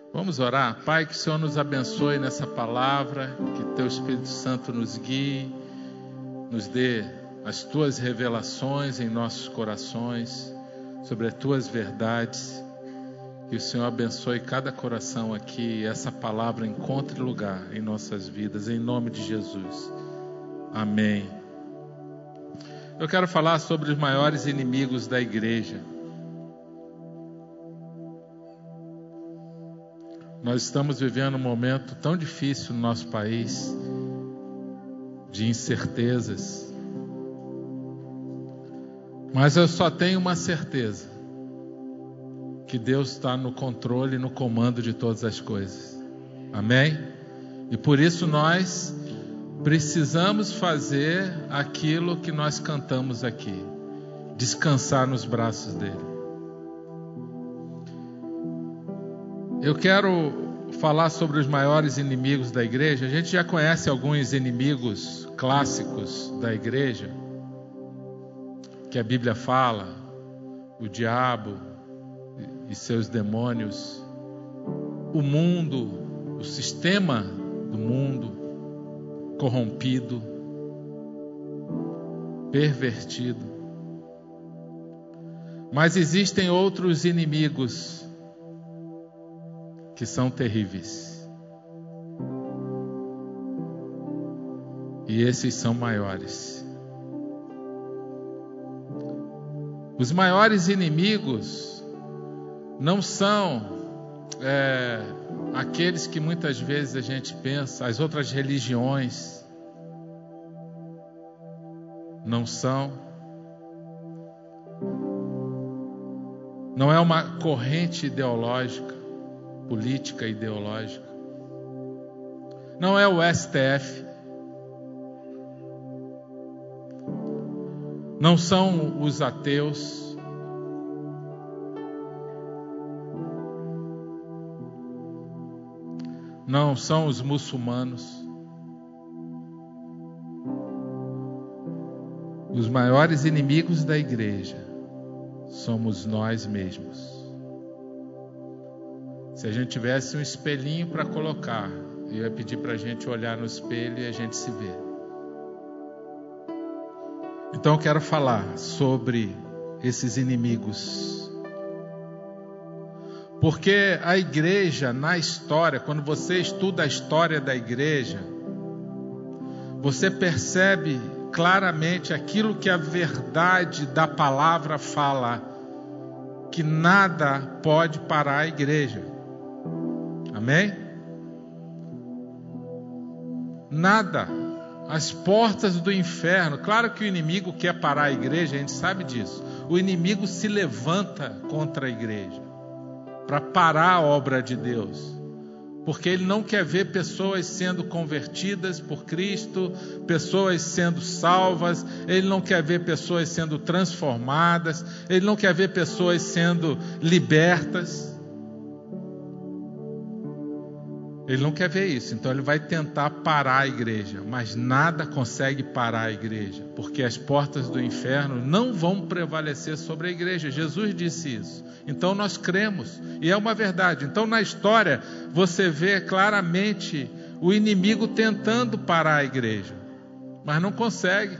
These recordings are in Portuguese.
Vamos orar? Pai, que o Senhor nos abençoe nessa palavra, que Teu Espírito Santo nos guie, nos dê as Tuas revelações em nossos corações, sobre as Tuas verdades. Que o Senhor abençoe cada coração aqui e essa palavra encontre lugar em nossas vidas, em nome de Jesus. Amém. Eu quero falar sobre os maiores inimigos da igreja. Nós estamos vivendo um momento tão difícil no nosso país, de incertezas. Mas eu só tenho uma certeza, que Deus está no controle e no comando de todas as coisas. Amém? E por isso nós precisamos fazer aquilo que nós cantamos aqui, descansar nos braços dele. Eu quero falar sobre os maiores inimigos da igreja. A gente já conhece alguns inimigos clássicos da igreja, que a Bíblia fala: o diabo e seus demônios, o mundo, o sistema do mundo corrompido, pervertido. Mas existem outros inimigos que são terríveis. E esses são maiores. Os maiores inimigos não são aqueles que muitas vezes a gente pensa, as outras religiões. Não são. Não é uma corrente ideológica, política ideológica. Não é o STF. Não são os ateus. Não são os muçulmanos. Os maiores inimigos da igreja somos nós mesmos. Se a gente tivesse um espelhinho para colocar, eu ia pedir para a gente olhar no espelho e a gente se vê. Então eu quero falar sobre esses inimigos. Porque a igreja, na história, quando você estuda a história da igreja, você percebe claramente aquilo que a verdade da palavra fala, que nada pode parar a igreja. Amém? Nada. As portas do inferno. Claro que o inimigo quer parar a igreja, a gente sabe disso. O inimigo se levanta contra a igreja para parar a obra de Deus, porque ele não quer ver pessoas sendo convertidas por Cristo, pessoas sendo salvas, ele não quer ver pessoas sendo transformadas, ele não quer ver pessoas sendo libertas. Ele não quer ver isso, então ele vai tentar parar a igreja, mas nada consegue parar a igreja, porque as portas do inferno não vão prevalecer sobre a igreja. Jesus disse isso, então nós cremos, e é uma verdade. Então na história você vê claramente o inimigo tentando parar a igreja, mas não consegue.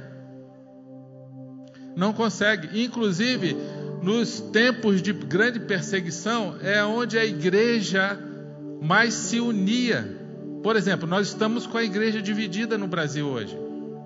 Não consegue. Inclusive nos tempos de grande perseguição é onde a igreja mais se unia. Por exemplo, nós estamos com a igreja dividida no Brasil hoje,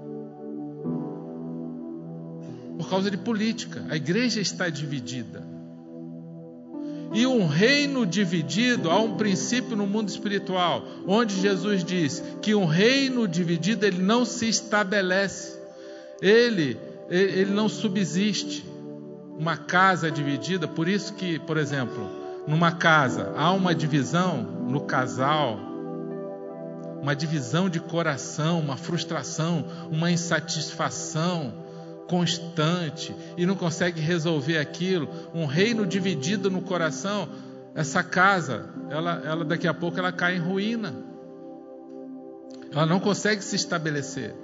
por causa de política. A igreja está dividida. E um reino dividido, há um princípio no mundo espiritual, onde Jesus diz que um reino dividido, ele não se estabelece, ele não subsiste. Uma casa dividida, por isso que, por exemplo, numa casa há uma divisão no casal, uma divisão de coração, uma frustração, uma insatisfação constante, e não consegue resolver aquilo. Um reino dividido no coração, essa casa, ela daqui a pouco ela cai em ruína. Ela não consegue se estabelecer.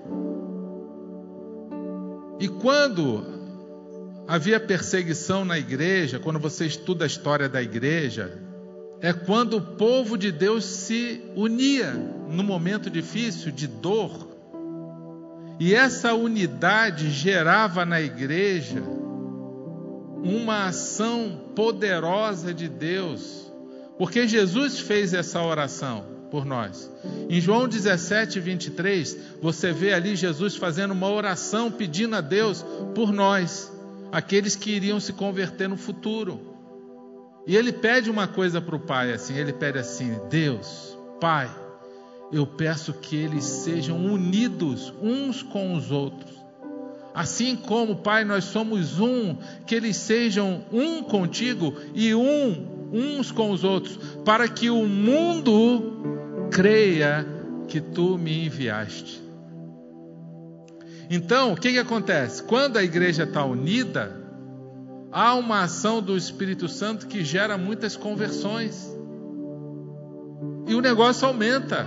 E quando havia perseguição na igreja, quando você estuda a história da igreja, é quando o povo de Deus se unia no momento difícil, de dor. E essa unidade gerava na igreja uma ação poderosa de Deus, porque Jesus fez essa oração por nós. Em João 17, 23, você vê ali Jesus fazendo uma oração pedindo a Deus por nós, aqueles que iriam se converter no futuro. E ele pede uma coisa para o Pai, assim, ele pede assim: Deus, Pai, eu peço que eles sejam unidos uns com os outros. Assim como, Pai, nós somos um, que eles sejam um contigo e uns com os outros, para que o mundo creia que tu me enviaste. Então, o que acontece? Quando a igreja está unida, há uma ação do Espírito Santo que gera muitas conversões. E o negócio aumenta.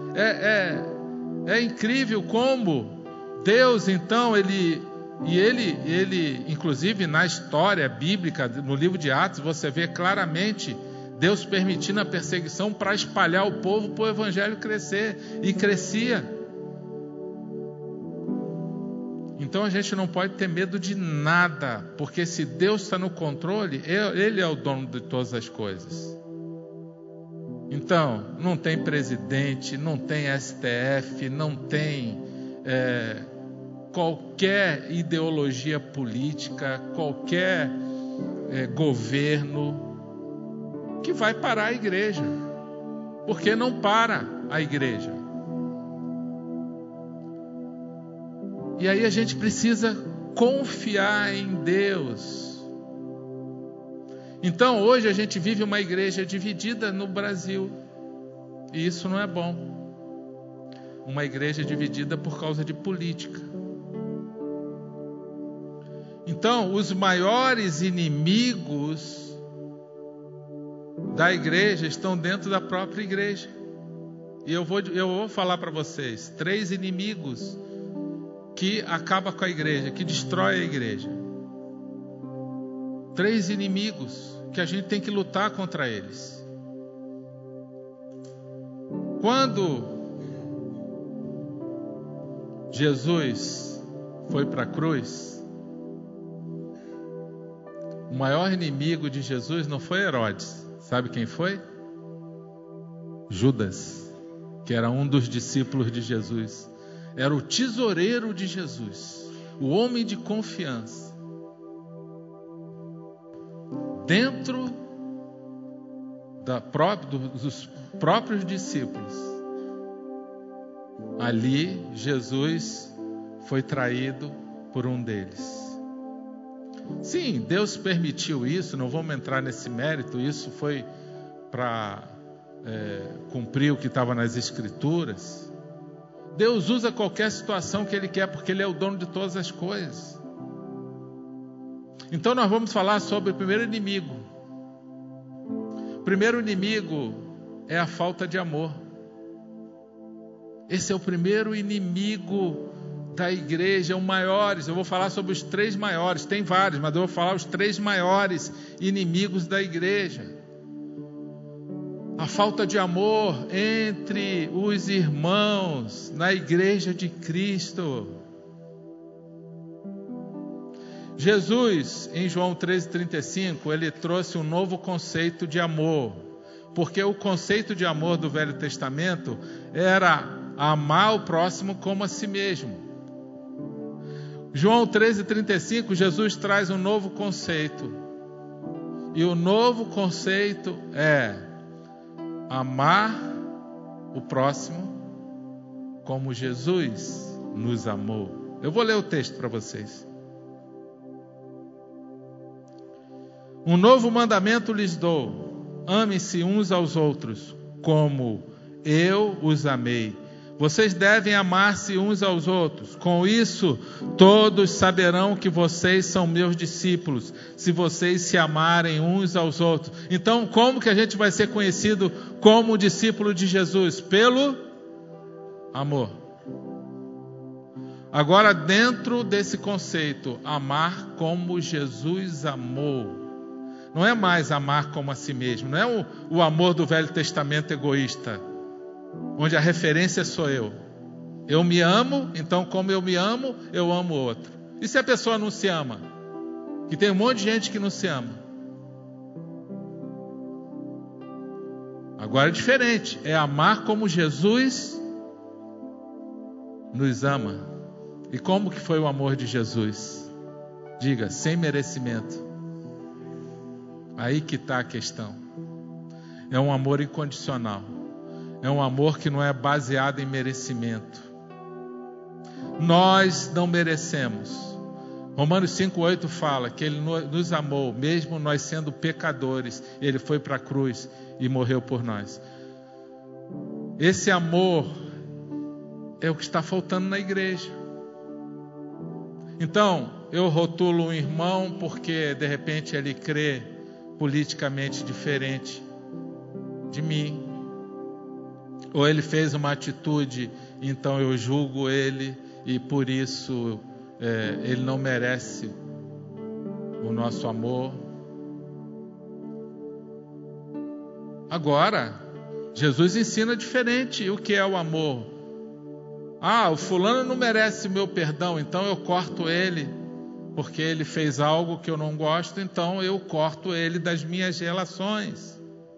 É incrível como Deus, então, ele, inclusive na história bíblica, no livro de Atos, você vê claramente Deus permitindo a perseguição para espalhar o povo, para o evangelho crescer. E crescia. Então a gente não pode ter medo de nada, porque se Deus está no controle, Ele é o dono de todas as coisas. Então, não tem presidente, não tem STF, não tem qualquer ideologia política, qualquer governo que vai parar a igreja, porque não para a igreja. E aí a gente precisa confiar em Deus. Então hoje a gente vive uma igreja dividida no Brasil. E isso não é bom. Uma igreja dividida por causa de política. Então os maiores inimigos da igreja estão dentro da própria igreja. E eu vou falar para vocês 3 inimigos que acaba com a igreja, que destrói a igreja. 3 inimigos que a gente tem que lutar contra eles. Quando Jesus foi para a cruz, o maior inimigo de Jesus não foi Herodes. Sabe quem foi? Judas, que era um dos discípulos de Jesus. Era o tesoureiro de Jesus, o homem de confiança. Dentro dos próprios discípulos, ali Jesus foi traído por um deles. Sim, Deus permitiu isso, não vamos entrar nesse mérito, isso foi para cumprir o que estava nas Escrituras. Deus usa qualquer situação que Ele quer, porque Ele é o dono de todas as coisas. Então nós vamos falar sobre o primeiro inimigo. O primeiro inimigo é a falta de amor. Esse é o primeiro inimigo da igreja, os maiores. Eu vou falar sobre os 3 maiores, tem vários, mas eu vou falar os 3 maiores inimigos da igreja. A falta de amor entre os irmãos na igreja de Cristo. Jesus, em João 13,35, ele trouxe um novo conceito de amor. Porque o conceito de amor do Velho Testamento era amar o próximo como a si mesmo. João 13,35, Jesus traz um novo conceito. E o novo conceito é amar o próximo como Jesus nos amou. Eu vou ler o texto para vocês. Um novo mandamento lhes dou: amem-se uns aos outros, como eu os amei. Vocês devem amar-se uns aos outros. Com isso, todos saberão que vocês são meus discípulos, se vocês se amarem uns aos outros. Então, como que a gente vai ser conhecido como discípulo de Jesus? Pelo amor. Agora, dentro desse conceito, amar como Jesus amou, Não é mais amar como a si mesmo. Não é o amor do Velho Testamento egoísta, onde a referência sou eu. Eu me amo, então como eu me amo, eu amo o outro. E se a pessoa não se ama? Que tem um monte de gente que não se ama. Agora é diferente. É amar como Jesus nos ama. E como que foi o amor de Jesus? Diga, sem merecimento. Aí que está a questão. É um amor incondicional. É um amor que não é baseado em merecimento. Nós não merecemos. Romanos 5,8 fala que Ele nos amou, mesmo nós sendo pecadores. Ele foi para a cruz e morreu por nós. Esse amor é o que está faltando na igreja. Então, eu rotulo um irmão porque de repente ele crê politicamente diferente de mim. Ou ele fez uma atitude, então eu julgo ele e por isso ele não merece o nosso amor. Agora, Jesus ensina diferente o que é o amor. O fulano não merece meu perdão, então eu corto ele, porque ele fez algo que eu não gosto, então eu corto ele das minhas relações.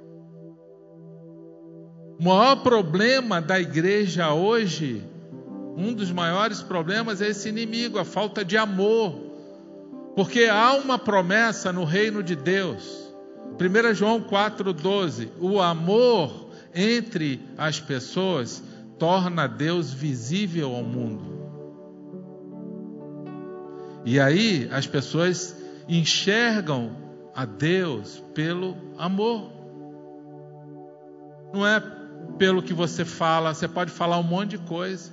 O maior problema da igreja hoje, um dos maiores problemas é esse inimigo, a falta de amor. Porque há uma promessa no reino de Deus. 1 João 4,12. O amor entre as pessoas torna Deus visível ao mundo. E aí as pessoas enxergam a Deus pelo amor. Não é pelo que você fala. Você pode falar um monte de coisa.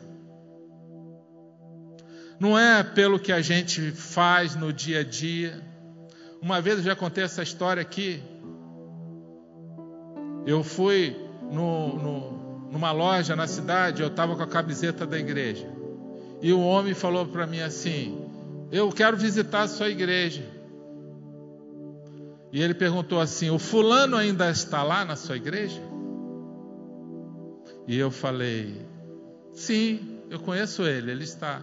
Não é pelo que a gente faz no dia a dia. Uma vez eu já contei essa história aqui. Eu fui numa loja na cidade, eu estava com a camiseta da igreja. E um homem falou para mim assim: eu quero visitar a sua igreja. E ele perguntou assim: o fulano ainda está lá na sua igreja? E eu falei: sim, eu conheço ele, ele está.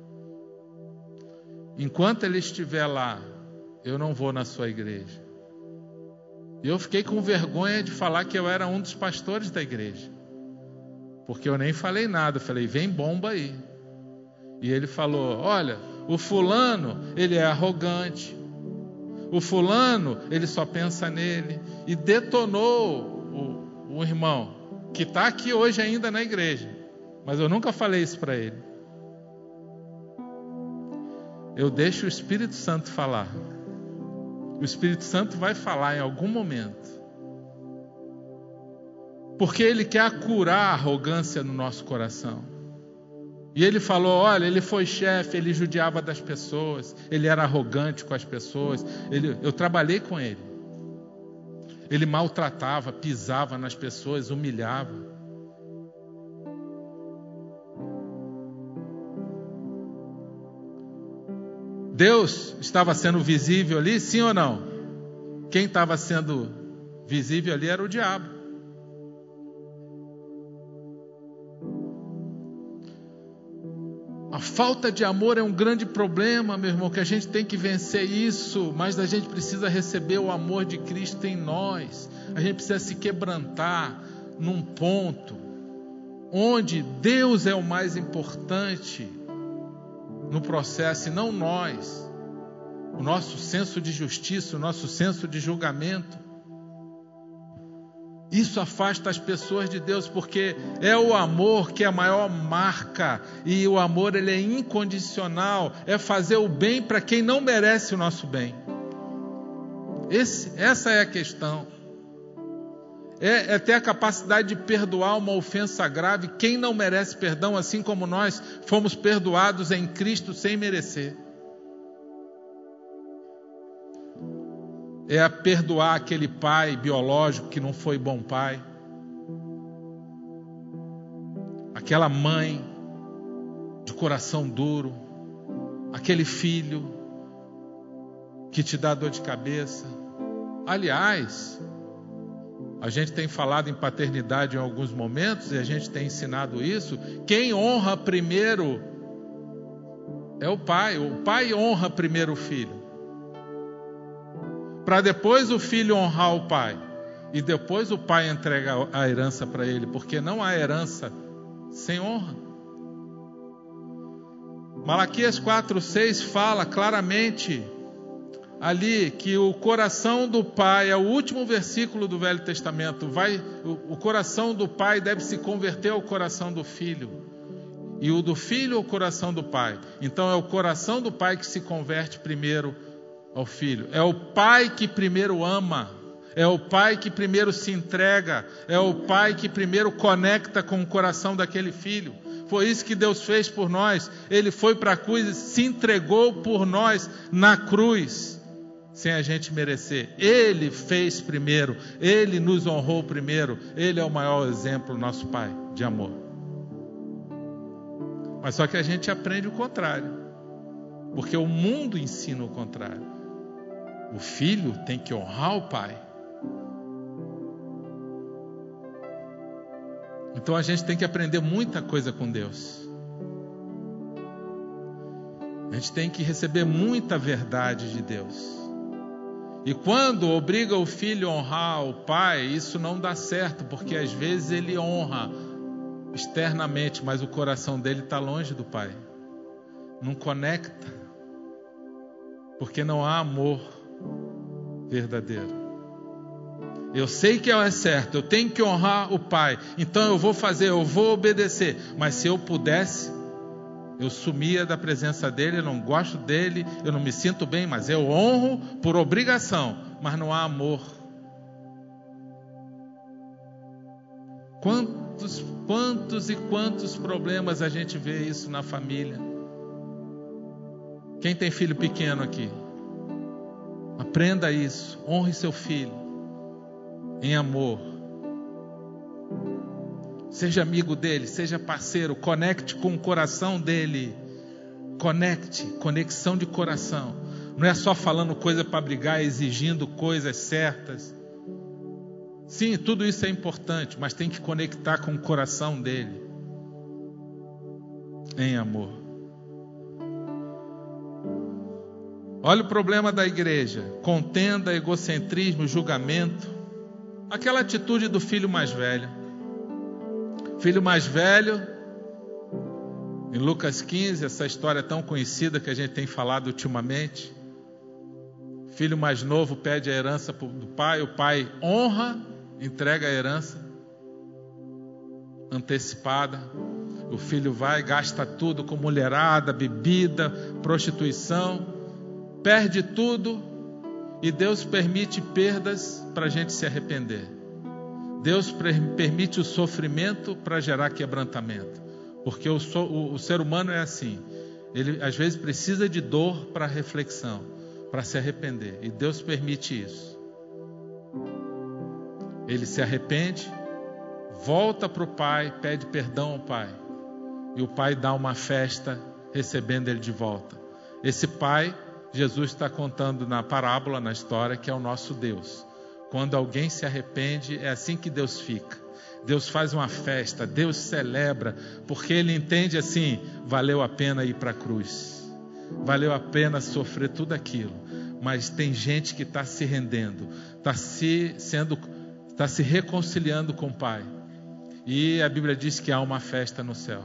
Enquanto ele estiver lá, eu não vou na sua igreja. E eu fiquei com vergonha de falar que eu era um dos pastores da igreja. Porque eu nem falei nada, eu falei: vem bomba aí. E ele falou: olha, o fulano, ele é arrogante. O fulano, ele só pensa nele. E detonou o irmão, que está aqui hoje ainda na igreja. Mas eu nunca falei isso para ele. Eu deixo o Espírito Santo falar. O Espírito Santo vai falar em algum momento. Porque Ele quer curar a arrogância no nosso coração. E Ele falou: olha, ele foi chefe, ele judiava das pessoas, ele era arrogante com as pessoas. Eu trabalhei com ele. Ele maltratava, pisava nas pessoas, humilhava. Deus estava sendo visível ali, sim ou não? Quem estava sendo visível ali era o diabo. A falta de amor é um grande problema, meu irmão, que a gente tem que vencer isso, mas a gente precisa receber o amor de Cristo em nós. A gente precisa se quebrantar num ponto onde Deus é o mais importante no processo e não nós. O nosso senso de justiça, o nosso senso de julgamento. Isso afasta as pessoas de Deus, porque é o amor que é a maior marca, e o amor, ele é incondicional, é fazer o bem para quem não merece o nosso bem. Essa é a questão. É ter a capacidade de perdoar uma ofensa grave, quem não merece perdão, assim como nós fomos perdoados em Cristo sem merecer. É a perdoar aquele pai biológico que não foi bom pai. Aquela mãe de coração duro. Aquele filho que te dá dor de cabeça. Aliás, a gente tem falado em paternidade em alguns momentos e a gente tem ensinado isso. Quem honra primeiro é o pai. O pai honra primeiro o filho, para depois o filho honrar o pai. E depois o pai entrega a herança para ele, porque não há herança sem honra. Malaquias 4:6 fala claramente ali que o coração do pai, é o último versículo do Velho Testamento, o coração do pai deve se converter ao coração do filho, e o do filho ao coração do pai. Então é o coração do pai que se converte primeiro ao filho. É o pai que primeiro ama, é o pai que primeiro se entrega, é o pai que primeiro conecta com o coração daquele filho. Foi isso que Deus fez por nós. Ele foi para a cruz e se entregou por nós na cruz, sem a gente merecer. Ele fez primeiro, Ele nos honrou primeiro. Ele é o maior exemplo, nosso Pai, de amor. Mas só que a gente aprende o contrário, porque o mundo ensina o contrário. O filho tem que honrar o pai. Então a gente tem que aprender muita coisa com Deus. A gente tem que receber muita verdade de Deus. E quando obriga o filho a honrar o pai, isso não dá certo, porque às vezes ele honra externamente, mas o coração dele está longe do pai. Não conecta, porque não há amor verdadeiro. Eu sei que é certo, eu tenho que honrar o pai, então eu vou fazer, eu vou obedecer. Mas se eu pudesse, eu sumia da presença dele, eu não gosto dele, eu não me sinto bem, mas eu honro por obrigação, mas não há amor. Quantos problemas a gente vê isso na família? Quem tem filho pequeno aqui? Aprenda isso, honre seu filho em amor. Seja amigo dele, seja parceiro, conecte com o coração dele. Conexão de coração. Não é só falando coisa para brigar, exigindo coisas certas. Sim, tudo isso é importante, mas tem que conectar com o coração dele em amor. Olha o problema da igreja: contenda, egocentrismo, julgamento. Aquela atitude do filho mais velho. Filho mais velho, em Lucas 15, essa história tão conhecida que a gente tem falado ultimamente. Filho mais novo pede a herança do pai, o pai honra, entrega a herança antecipada. O filho vai, gasta tudo com mulherada, bebida, prostituição, perde tudo. E Deus permite perdas para a gente se arrepender. Deus permite o sofrimento para gerar quebrantamento. Porque o ser humano é assim. Ele às vezes precisa de dor para reflexão, para se arrepender. E Deus permite isso. Ele se arrepende, volta para o pai, pede perdão ao pai. E o pai dá uma festa recebendo ele de volta. Esse pai, Jesus está contando na parábola, na história, que é o nosso Deus. Quando alguém se arrepende, é assim que Deus fica. Deus faz uma festa, Deus celebra, porque Ele entende assim: valeu a pena ir para a cruz, valeu a pena sofrer tudo aquilo. Mas tem gente que está se rendendo, está se reconciliando com o Pai. E a Bíblia diz que há uma festa no céu.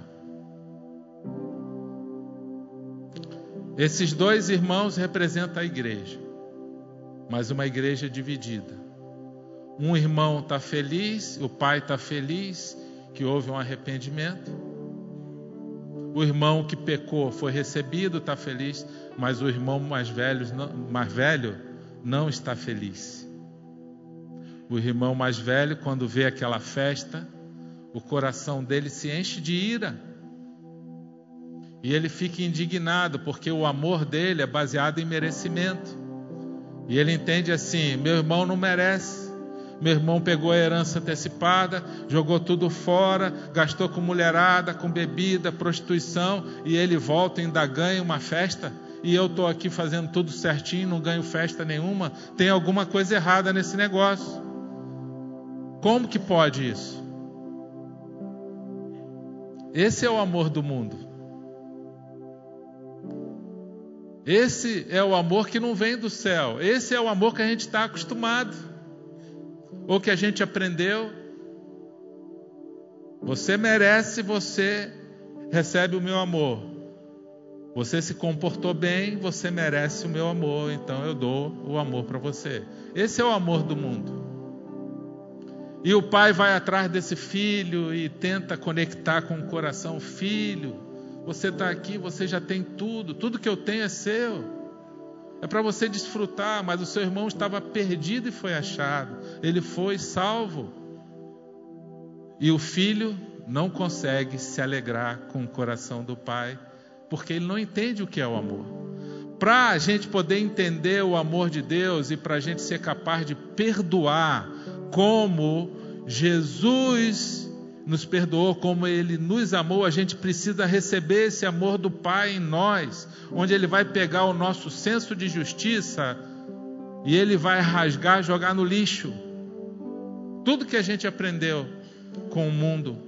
Esses dois irmãos representam a igreja, mas uma igreja dividida. Um irmão está feliz, o pai está feliz que houve um arrependimento. O irmão que pecou foi recebido, está feliz, mas o irmão mais velho não está feliz. O irmão mais velho, quando vê aquela festa, o coração dele se enche de ira. E ele fica indignado, porque o amor dele é baseado em merecimento. E ele entende assim: meu irmão não merece. Meu irmão pegou a herança antecipada, jogou tudo fora, gastou com mulherada, com bebida, prostituição, e ele volta e ainda ganha uma festa. e eu estou aqui fazendo tudo certinho, não ganho festa nenhuma, tem alguma coisa errada nesse negócio. Como que pode isso? Esse é o amor do mundo. Esse é o amor que não vem do céu. Esse é o amor que a gente está acostumado, ou que a gente aprendeu. Você merece, você recebe o meu amor. Você se comportou bem, você merece o meu amor, então eu dou o amor para você. Esse é o amor do mundo. E o pai vai atrás desse filho e tenta conectar com o coração. Filho, você está aqui, você já tem tudo. Tudo que eu tenho é seu. É para você desfrutar, mas o seu irmão estava perdido e foi achado. Ele foi salvo. E o filho não consegue se alegrar com o coração do pai, porque ele não entende o que é o amor. Para a gente poder entender o amor de Deus e para a gente ser capaz de perdoar como Jesus nos perdoou, como Ele nos amou, a gente precisa receber esse amor do Pai em nós, onde Ele vai pegar o nosso senso de justiça e Ele vai rasgar, jogar no lixo tudo que a gente aprendeu com o mundo.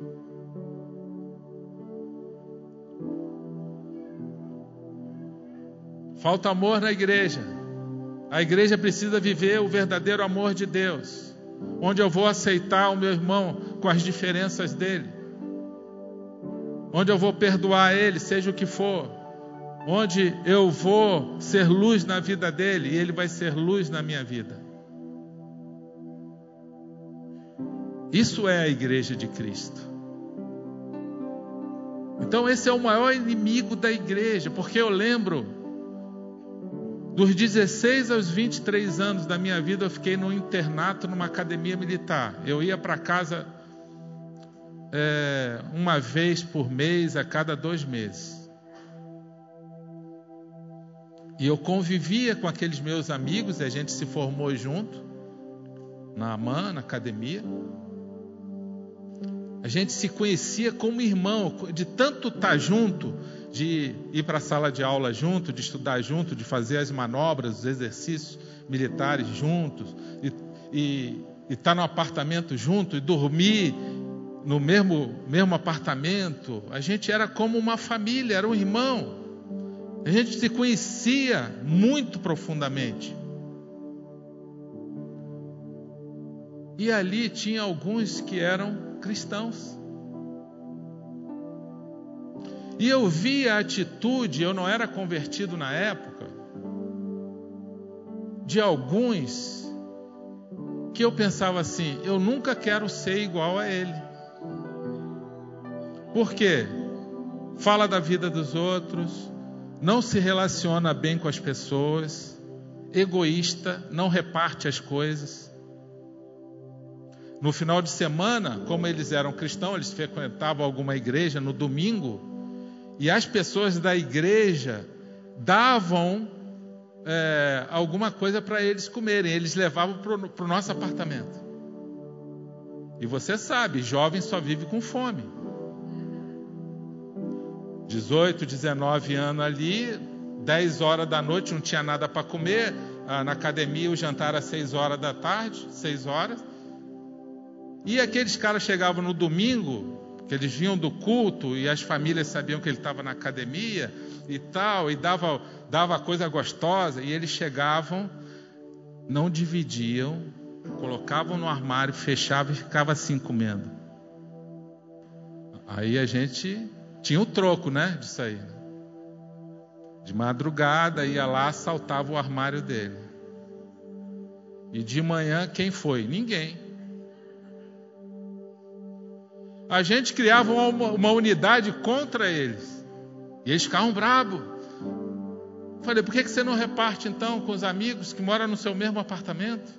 Falta amor na igreja. A igreja precisa viver o verdadeiro amor de Deus, onde eu vou aceitar o meu irmão com as diferenças dele, onde eu vou perdoar ele, seja o que for, onde eu vou ser luz na vida dele e ele vai ser luz na minha vida. Isso é a igreja de Cristo. Então esse é o maior inimigo da igreja, porque eu lembro dos 16 aos 23 anos da minha vida, eu fiquei num internato, numa academia militar. Eu ia para casa uma vez por mês, a cada 2 meses. E eu convivia com aqueles meus amigos, e a gente se formou junto, na AMAN, na academia. A gente se conhecia como irmão, de tanto estar junto, de ir para a sala de aula junto, de estudar junto, de fazer as manobras, os exercícios militares juntos, e estar no apartamento junto, e dormir no mesmo apartamento. A gente era como uma família, era um irmão. A gente se conhecia muito profundamente. E ali tinha alguns que eram cristãos. E eu vi a atitude, eu não era convertido na época, de alguns que eu pensava assim, eu nunca quero ser igual a ele. Por quê? Fala da vida dos outros, não se relaciona bem com as pessoas, egoísta, não reparte as coisas. No final de semana, como eles eram cristãos, eles frequentavam alguma igreja no domingo, e as pessoas da igreja davam alguma coisa para eles comerem. Eles levavam para o nosso apartamento. E você sabe, jovem só vive com fome. 18, 19 anos ali, 10 horas da noite, não tinha nada para comer. Na academia o jantar era 6 horas da tarde, 6 horas. E aqueles caras chegavam no domingo, que eles vinham do culto e as famílias sabiam que ele estava na academia e tal, e dava coisa gostosa, e eles chegavam, não dividiam, colocavam no armário, fechavam e ficavam assim comendo. Aí a gente tinha o troco, né, disso aí. De madrugada ia lá, assaltava o armário dele. E de manhã quem foi? Ninguém. A gente criava uma unidade contra eles. E eles ficavam bravos. Falei, por que você não reparte então com os amigos que moram no seu mesmo apartamento?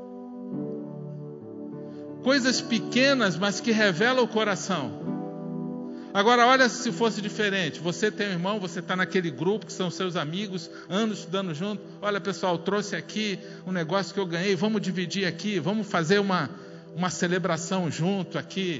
Coisas pequenas, mas que revelam o coração. Agora, olha se fosse diferente. Você tem um irmão, você está naquele grupo que são seus amigos, anos estudando junto. Olha, pessoal, trouxe aqui um negócio que eu ganhei, vamos dividir aqui, vamos fazer uma celebração junto aqui.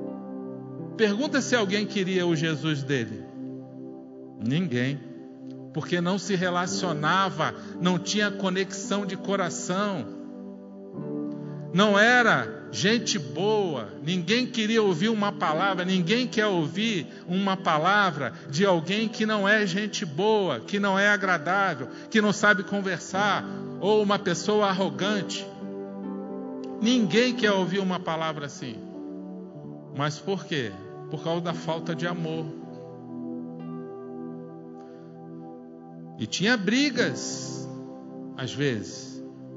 Pergunta se alguém queria o Jesus dele. Ninguém. porque não se relacionava, não tinha conexão de coração, não era gente boa, ninguém queria ouvir uma palavra, ninguém quer ouvir uma palavra de alguém que não é gente boa, que não é agradável, que não sabe conversar, ou uma pessoa arrogante. Ninguém quer ouvir uma palavra assim. Mas por quê? Por causa da falta de amor. E tinha brigas, às vezes.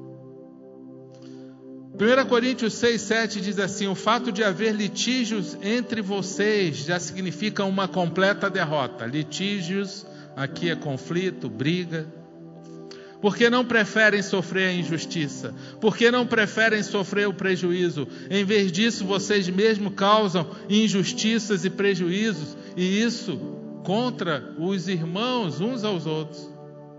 1 Coríntios 6,7 diz assim: o fato de haver litígios entre vocês já significa uma completa derrota. Litígios, aqui é conflito, briga. Por que não preferem sofrer a injustiça? Por que não preferem sofrer o prejuízo? Em vez disso, vocês mesmos causam injustiças e prejuízos, e isso contra os irmãos uns aos outros.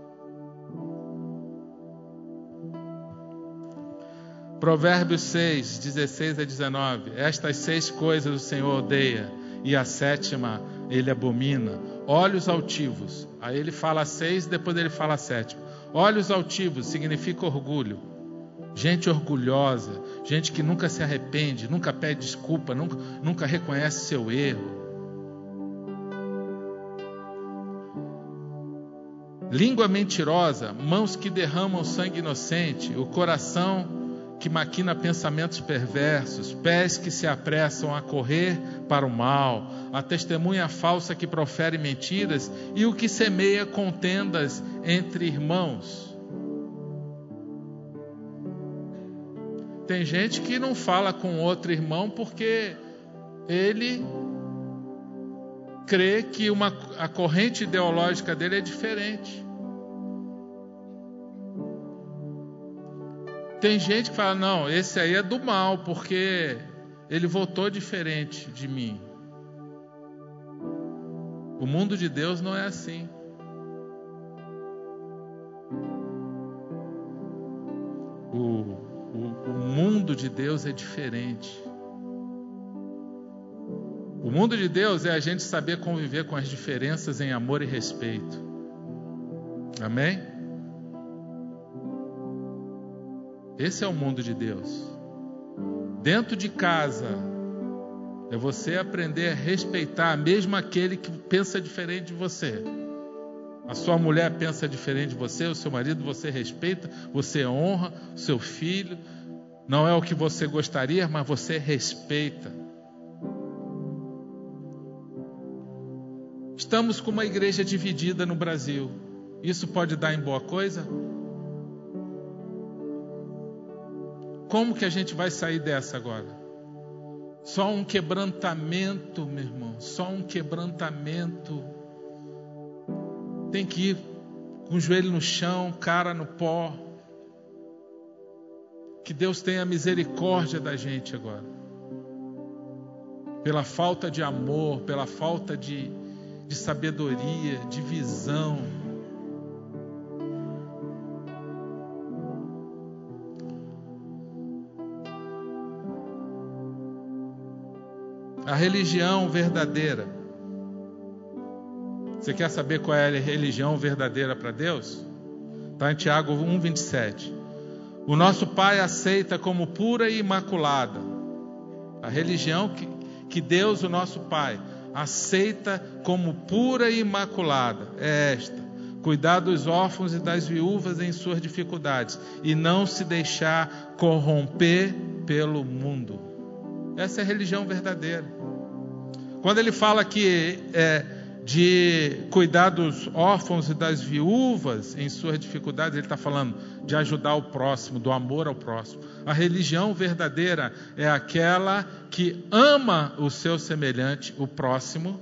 Provérbios 6, 16 a 19. Estas 6 coisas o Senhor odeia, e a 7ª ele abomina. Olhos altivos. Aí ele fala 6, depois ele fala a 7ª. Olhos altivos significa orgulho. Gente orgulhosa, gente que nunca se arrepende, nunca pede desculpa, nunca reconhece seu erro. Língua mentirosa, mãos que derramam sangue inocente, o coração que maquina pensamentos perversos, pés que se apressam a correr para o mal, a testemunha falsa que profere mentiras e o que semeia contendas entre irmãos. Tem gente que não fala com outro irmão porque ele crê que a corrente ideológica dele é diferente. Tem gente que fala, não, esse aí é do mal, porque ele votou diferente de mim. O mundo de Deus não é assim. O mundo de Deus é diferente. O mundo de Deus é a gente saber conviver com as diferenças em amor e respeito. Amém? Esse é o mundo de Deus. Dentro de casa, é você aprender a respeitar mesmo aquele que pensa diferente de você. A sua mulher pensa diferente de você, o seu marido você respeita, você honra, o seu filho. Não é o que você gostaria, mas você respeita. Estamos com uma igreja dividida no Brasil. Isso pode dar em boa coisa? Como que a gente vai sair dessa agora? Só um quebrantamento, meu irmão. Só um quebrantamento. Tem que ir com o joelho no chão, cara no pó. Que Deus tenha misericórdia da gente agora. Pela falta de amor, pela falta de sabedoria, de visão. A religião verdadeira. Você quer saber qual é a religião verdadeira para Deus? Está em Tiago 1,27. O nosso Pai aceita como pura e imaculada. A religião que Deus, o nosso Pai, aceita como pura e imaculada é esta: cuidar dos órfãos e das viúvas em suas dificuldades e não se deixar corromper pelo mundo. Essa é a religião verdadeira. Quando ele fala que de cuidar dos órfãos e das viúvas em suas dificuldades, ele está falando de ajudar o próximo, do amor ao próximo. A religião verdadeira é aquela que ama o seu semelhante, o próximo,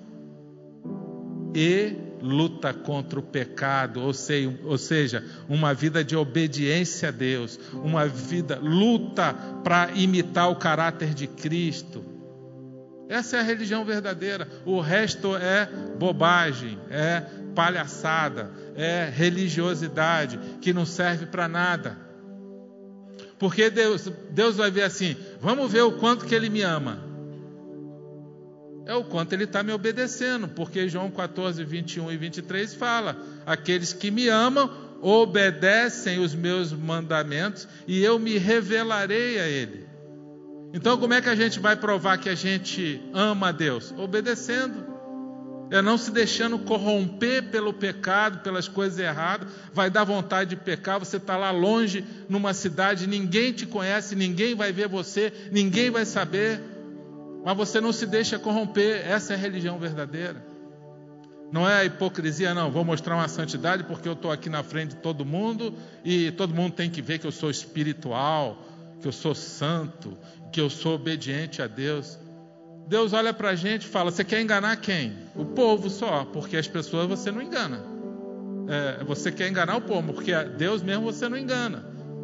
e luta contra o pecado, ou seja, uma vida de obediência a Deus, uma vida, luta para imitar o caráter de Cristo. Essa é a religião verdadeira. O resto é bobagem, é palhaçada, é religiosidade que não serve para nada. Porque Deus vai ver assim, vamos ver o quanto que Ele me ama. é o quanto ele está me obedecendo, porque João 14, 21 e 23 fala: aqueles que me amam obedecem os meus mandamentos e eu me revelarei a ele. Então como é que a gente vai provar que a gente ama a Deus? Obedecendo. É não se deixando corromper pelo pecado, pelas coisas erradas. Vai dar vontade de pecar, você está lá longe, numa cidade, ninguém te conhece, ninguém vai ver você, ninguém vai saber, mas você não se deixa corromper. Essa é a religião verdadeira. Não é a hipocrisia, não. Vou mostrar uma santidade porque eu estou aqui na frente de todo mundo e todo mundo tem que ver que eu sou espiritual, que eu sou santo, que eu sou obediente a Deus. Deus olha para a gente e fala: você quer enganar quem? O povo só, porque as pessoas você não engana. Você quer enganar o povo, porque Deus mesmo você não engana.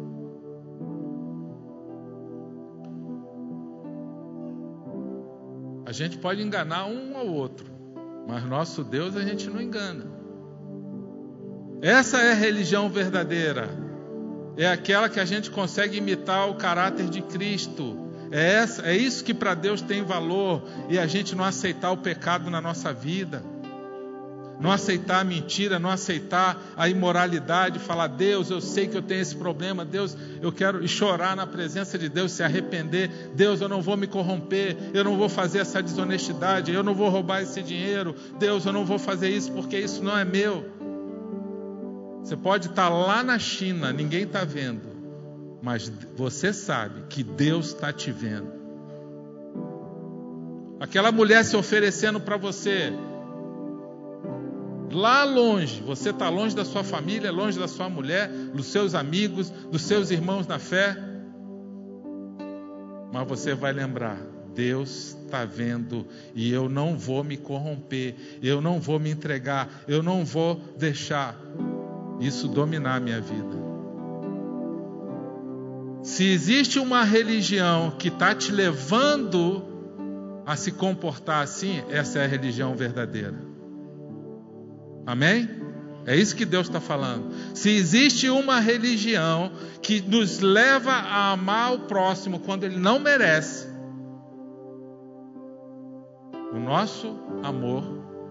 A gente pode enganar um ao outro, mas nosso Deus a gente não engana. Essa é a religião verdadeira. É aquela que a gente consegue imitar o caráter de Cristo. É isso que para Deus tem valor, e a gente não aceitar o pecado na nossa vida, não aceitar a mentira, não aceitar a imoralidade, falar: Deus, eu sei que eu tenho esse problema, Deus, eu quero, e chorar na presença de Deus, se arrepender. Deus, eu não vou me corromper, eu não vou fazer essa desonestidade, eu não vou roubar esse dinheiro, Deus, eu não vou fazer isso porque isso não é meu. Você pode estar lá na China, ninguém está vendo, mas você sabe que Deus está te vendo. Aquela mulher se oferecendo para você, lá longe, você está longe da sua família, longe da sua mulher, dos seus amigos, dos seus irmãos na fé, mas você vai lembrar: Deus está vendo e eu não vou me corromper, eu não vou me entregar, eu não vou deixar isso dominar a minha vida. Se existe uma religião que está te levando a se comportar assim, essa é a religião verdadeira. Amém? É isso que Deus está falando. Se existe uma religião que nos leva a amar o próximo quando ele não merece, o nosso amor,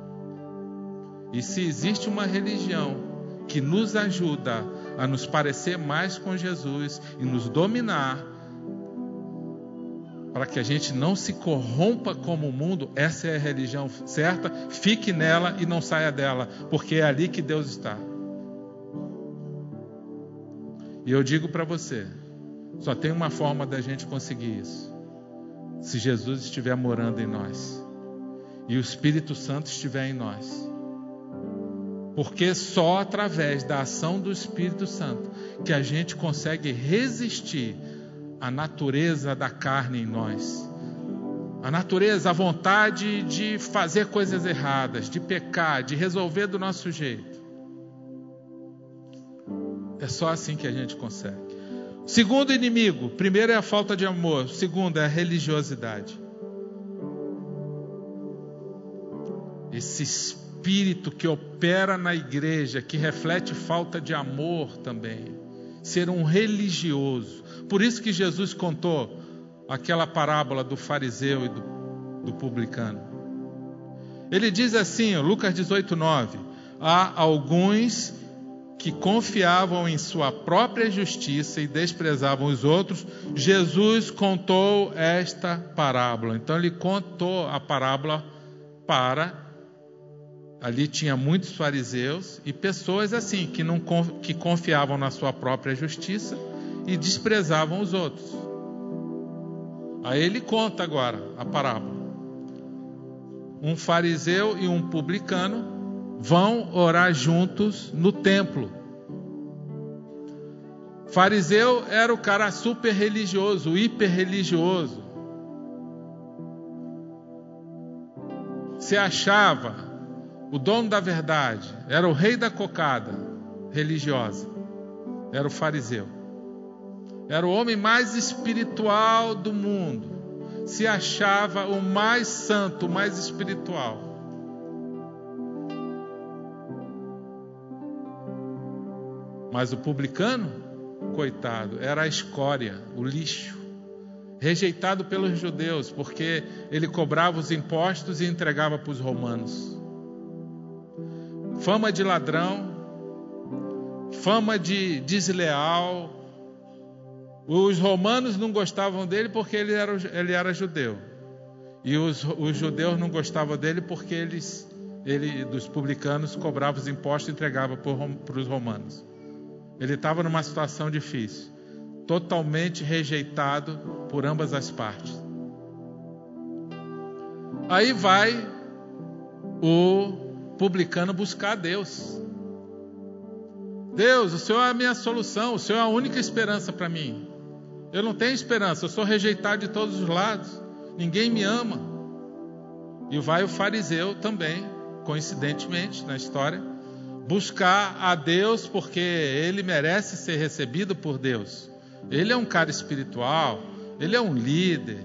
e se existe uma religião que nos ajuda a nos parecer mais com Jesus e nos dominar, para que a gente não se corrompa como o mundo, essa é a religião certa. Fique nela e não saia dela, porque é ali que Deus está. E eu digo para você, só tem uma forma da gente conseguir isso: se Jesus estiver morando em nós e o Espírito Santo estiver em nós. Porque só através da ação do Espírito Santo que a gente consegue resistir à natureza da carne em nós. A natureza, a vontade de fazer coisas erradas, de pecar, de resolver do nosso jeito. É só assim que a gente consegue. Segundo inimigo, primeiro é a falta de amor, segundo é a religiosidade. Esse espírito que opera na igreja, que reflete falta de amor também, ser um religioso. Por isso que Jesus contou aquela parábola do fariseu e do publicano. Ele diz assim, Lucas 18:9: há alguns que confiavam em sua própria justiça e desprezavam os outros. Jesus contou esta parábola. Então ele contou a parábola para... Ali tinha muitos fariseus e pessoas assim, que confiavam na sua própria justiça e desprezavam os outros. Aí ele conta agora a parábola. Um fariseu e um publicano vão orar juntos no templo. Fariseu era o cara super religioso, hiper religioso. Se achava o dono da verdade, era o rei da cocada religiosa, era o fariseu. Era o homem mais espiritual do mundo, se achava o mais santo, o mais espiritual. Mas o publicano, coitado, era a escória, o lixo. rejeitado pelos judeus, porque ele cobrava os impostos e entregava para os romanos. Fama de ladrão, fama de desleal. Os romanos não gostavam dele porque ele era judeu. E os judeus não gostavam dele porque ele dos publicanos, cobrava os impostos e entregava para os romanos. Ele estava numa situação difícil, totalmente rejeitado por ambas as partes. Aí vai o publicano buscar Deus. Deus, o Senhor é a minha solução, o Senhor é a única esperança para mim. Eu não tenho esperança, eu sou rejeitado de todos os lados, ninguém me ama. E vai o fariseu também, coincidentemente na história, buscar a Deus porque ele merece ser recebido por Deus. Ele é um cara espiritual, ele é um líder.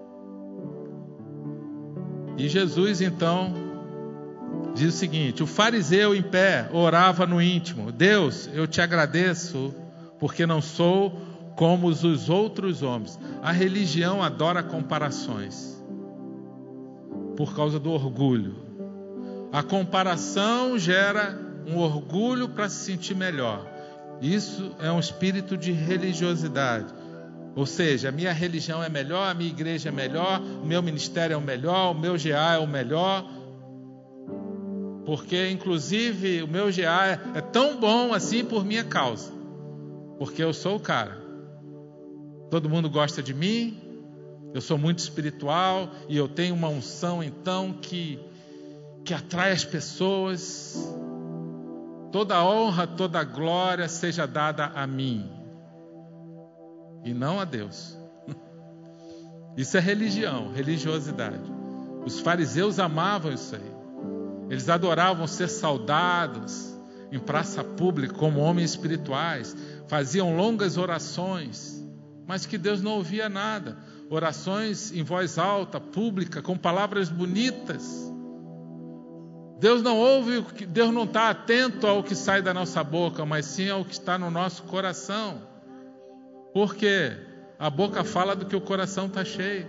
E Jesus então diz o seguinte: o fariseu em pé orava no íntimo: Deus, eu te agradeço porque não sou como os outros homens. A religião adora comparações por causa do orgulho. A comparação gera um orgulho para se sentir melhor. Isso é um espírito de religiosidade. Ou seja, a minha religião é melhor, a minha igreja é melhor, o meu ministério é o melhor, o meu GA é o melhor. Porque, inclusive, o meu GA é tão bom assim por minha causa. Porque eu sou o cara. Todo mundo gosta de mim, eu sou muito espiritual e eu tenho uma unção, então, que atrai as pessoas. Toda honra, toda glória seja dada a mim e não a Deus. Isso é religião, religiosidade. Os fariseus amavam isso aí. Eles adoravam ser saudados em praça pública como homens espirituais. Faziam longas orações, mas que Deus não ouvia nada. Orações em voz alta, pública, com palavras bonitas. Deus não ouve, Deus não está atento ao que sai da nossa boca, mas sim ao que está no nosso coração. Porque a boca fala do que o coração está cheio.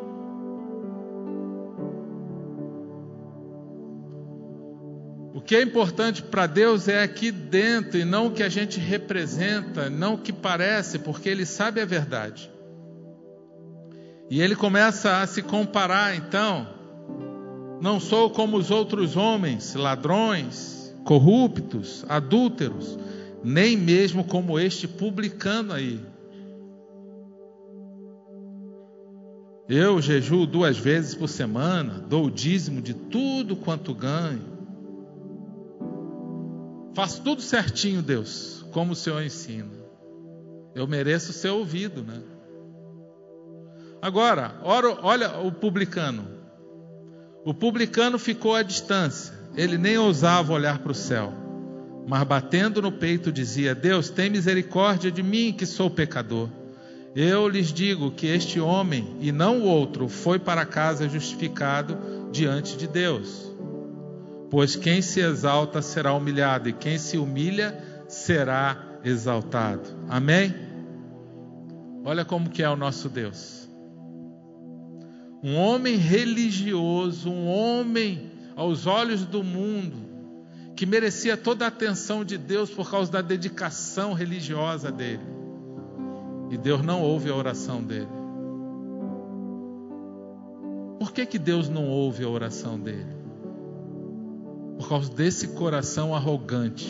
O que é importante para Deus é aqui dentro e não o que a gente representa, não o que parece, porque Ele sabe a verdade. E Ele começa a se comparar, então. Não sou como os outros homens, ladrões, corruptos, adúlteros, nem mesmo como este publicano aí. Eu jejuo 2 vezes por semana, dou o dízimo de tudo quanto ganho. Faço tudo certinho, Deus, como o Senhor ensina. Eu mereço ser ouvido, né? Agora, olha o publicano. O publicano ficou à distância. Ele nem ousava olhar para o céu, mas batendo no peito dizia: Deus, tem misericórdia de mim, que sou pecador. Eu lhes digo que este homem, e não o outro, foi para casa justificado diante de Deus. Pois quem se exalta será humilhado, e quem se humilha será exaltado. Amém? Olha como que é o nosso Deus. Um homem religioso, um homem aos olhos do mundo, que merecia toda a atenção de Deus por causa da dedicação religiosa dele. E Deus não ouve a oração dele. Por que Deus não ouve a oração dele? Por causa desse coração arrogante.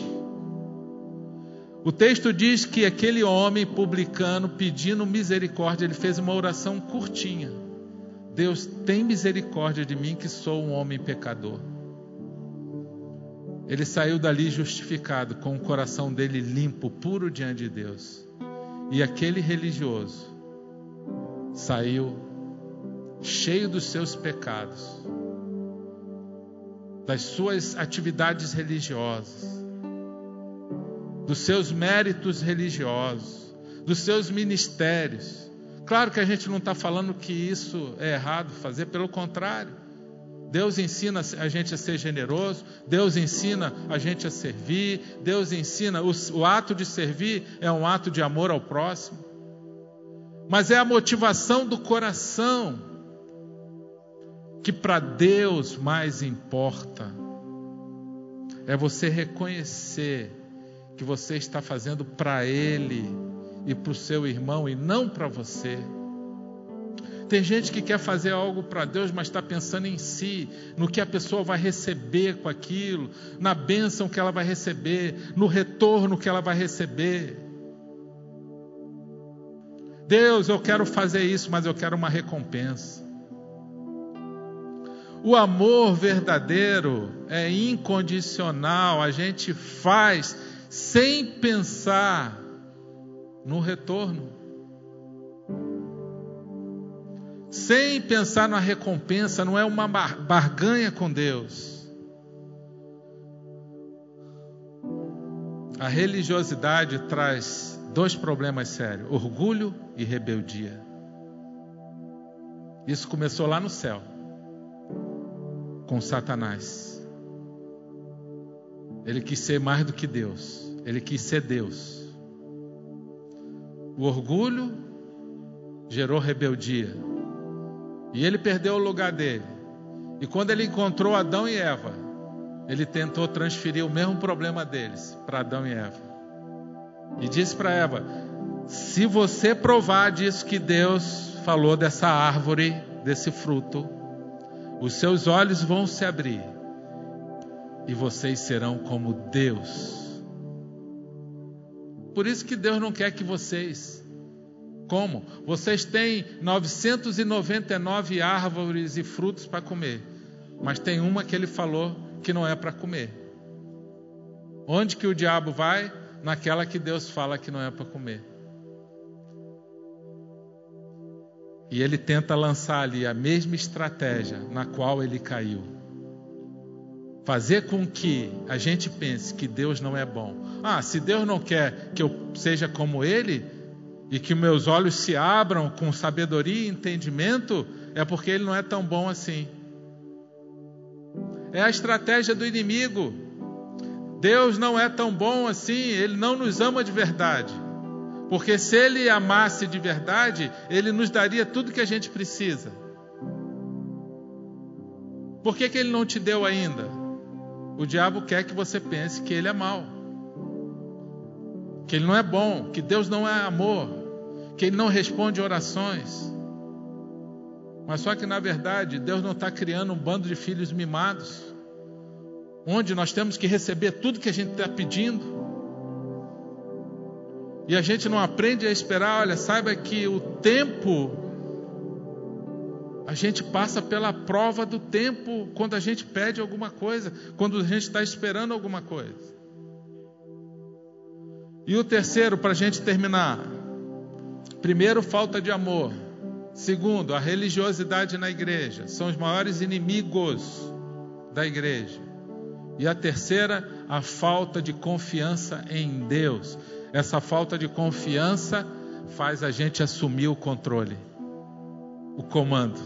O texto diz que aquele homem publicano, pedindo misericórdia, ele fez uma oração curtinha. Deus, tem misericórdia de mim, que sou um homem pecador. Ele saiu dali justificado, com o coração dele limpo, puro diante de Deus. E aquele religioso saiu cheio dos seus pecados, das suas atividades religiosas, dos seus méritos religiosos, dos seus ministérios. Claro que a gente não está falando que isso é errado fazer, pelo contrário. Deus ensina a gente a ser generoso, Deus ensina a gente a servir, Deus ensina, o ato de servir é um ato de amor ao próximo. mas é a motivação do coração que para Deus mais importa. É você reconhecer que você está fazendo para Ele e para o seu irmão e não para você. Tem gente que quer fazer algo para Deus, mas está pensando em si, no que a pessoa vai receber com aquilo, na bênção que ela vai receber, no retorno que ela vai receber. Deus, eu quero fazer isso, mas eu quero uma recompensa. O amor verdadeiro é incondicional, a gente faz sem pensar no retorno, sem pensar na recompensa, não é uma barganha com Deus. A religiosidade traz 2 problemas sérios: orgulho e rebeldia. Isso começou lá no céu, com Satanás. Ele quis ser mais do que Deus, ele quis ser Deus. O orgulho gerou rebeldia, e ele perdeu o lugar dele. E quando ele encontrou Adão e Eva, ele tentou transferir o mesmo problema deles para Adão e Eva. E disse para Eva: se você provar disso que Deus falou, dessa árvore, desse fruto, os seus olhos vão se abrir e vocês serão como Deus. Por isso que Deus não quer que vocês... Como? Vocês têm 999 árvores e frutos para comer, mas tem uma que ele falou que não é para comer. Onde que o diabo vai? Naquela que Deus fala que não é para comer. E ele tenta lançar ali a mesma estratégia na qual ele caiu. Fazer com que a gente pense que Deus não é bom. Se Deus não quer que eu seja como Ele, e que meus olhos se abram com sabedoria e entendimento, é porque Ele não é tão bom assim. É a estratégia do inimigo. Deus não é tão bom assim, Ele não nos ama de verdade. Porque se Ele amasse de verdade, Ele nos daria tudo que a gente precisa. Por que Ele não te deu ainda? O diabo quer que você pense que Ele é mau, que Ele não é bom, que Deus não é amor, que Ele não responde orações. Mas só que na verdade Deus não está criando um bando de filhos mimados, onde nós temos que receber tudo que a gente está pedindo, e a gente não aprende a esperar. Olha, saiba que o tempo, a gente passa pela prova do tempo quando a gente pede alguma coisa, quando a gente está esperando alguma coisa. E o terceiro, para a gente terminar: primeiro, falta de amor. Segundo, a religiosidade na igreja. São os maiores inimigos da igreja. E a terceira, a falta de confiança em Deus. Essa falta de confiança faz a gente assumir o controle, o comando.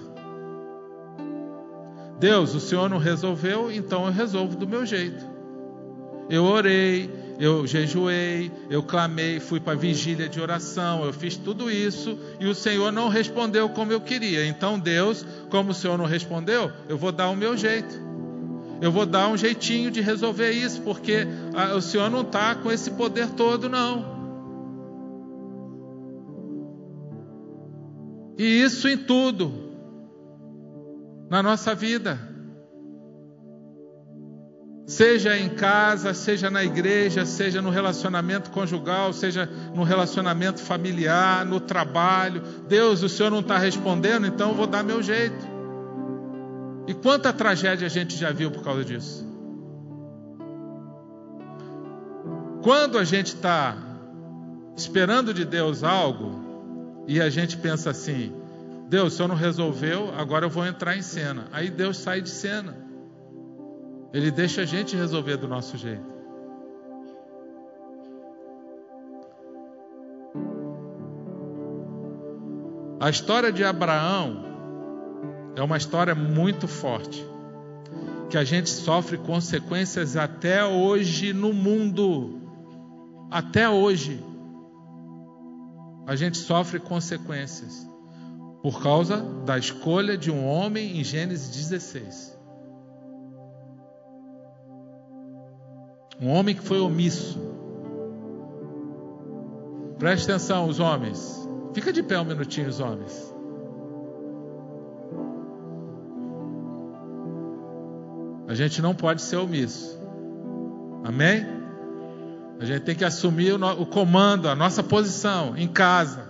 Deus, o Senhor não resolveu, então eu resolvo do meu jeito. Eu orei, eu jejuei, eu clamei, fui para a vigília de oração, eu fiz tudo isso e o Senhor não respondeu como eu queria. Então Deus, como o Senhor não respondeu, eu vou dar o meu jeito. Eu vou dar um jeitinho de resolver isso, porque o Senhor não está com esse poder todo, não. E isso em tudo, na nossa vida. Seja em casa, seja na igreja, seja no relacionamento conjugal, seja no relacionamento familiar, no trabalho. Deus, o Senhor não está respondendo, então eu vou dar meu jeito. E quanta tragédia a gente já viu por causa disso. Quando a gente está esperando de Deus algo e a gente pensa assim: Deus, o Senhor não resolveu, agora eu vou entrar em cena. Aí Deus sai de cena. Ele deixa a gente resolver do nosso jeito. A história de Abraão é uma história muito forte, que a gente sofre consequências até hoje no mundo. Até hoje. a gente sofre consequências por causa da escolha de um homem em Gênesis 16. Um homem que foi omisso. Preste atenção, os homens. Fica de pé um minutinho, os homens. A gente não pode ser omisso. Amém? A gente tem que assumir o comando, a nossa posição em casa.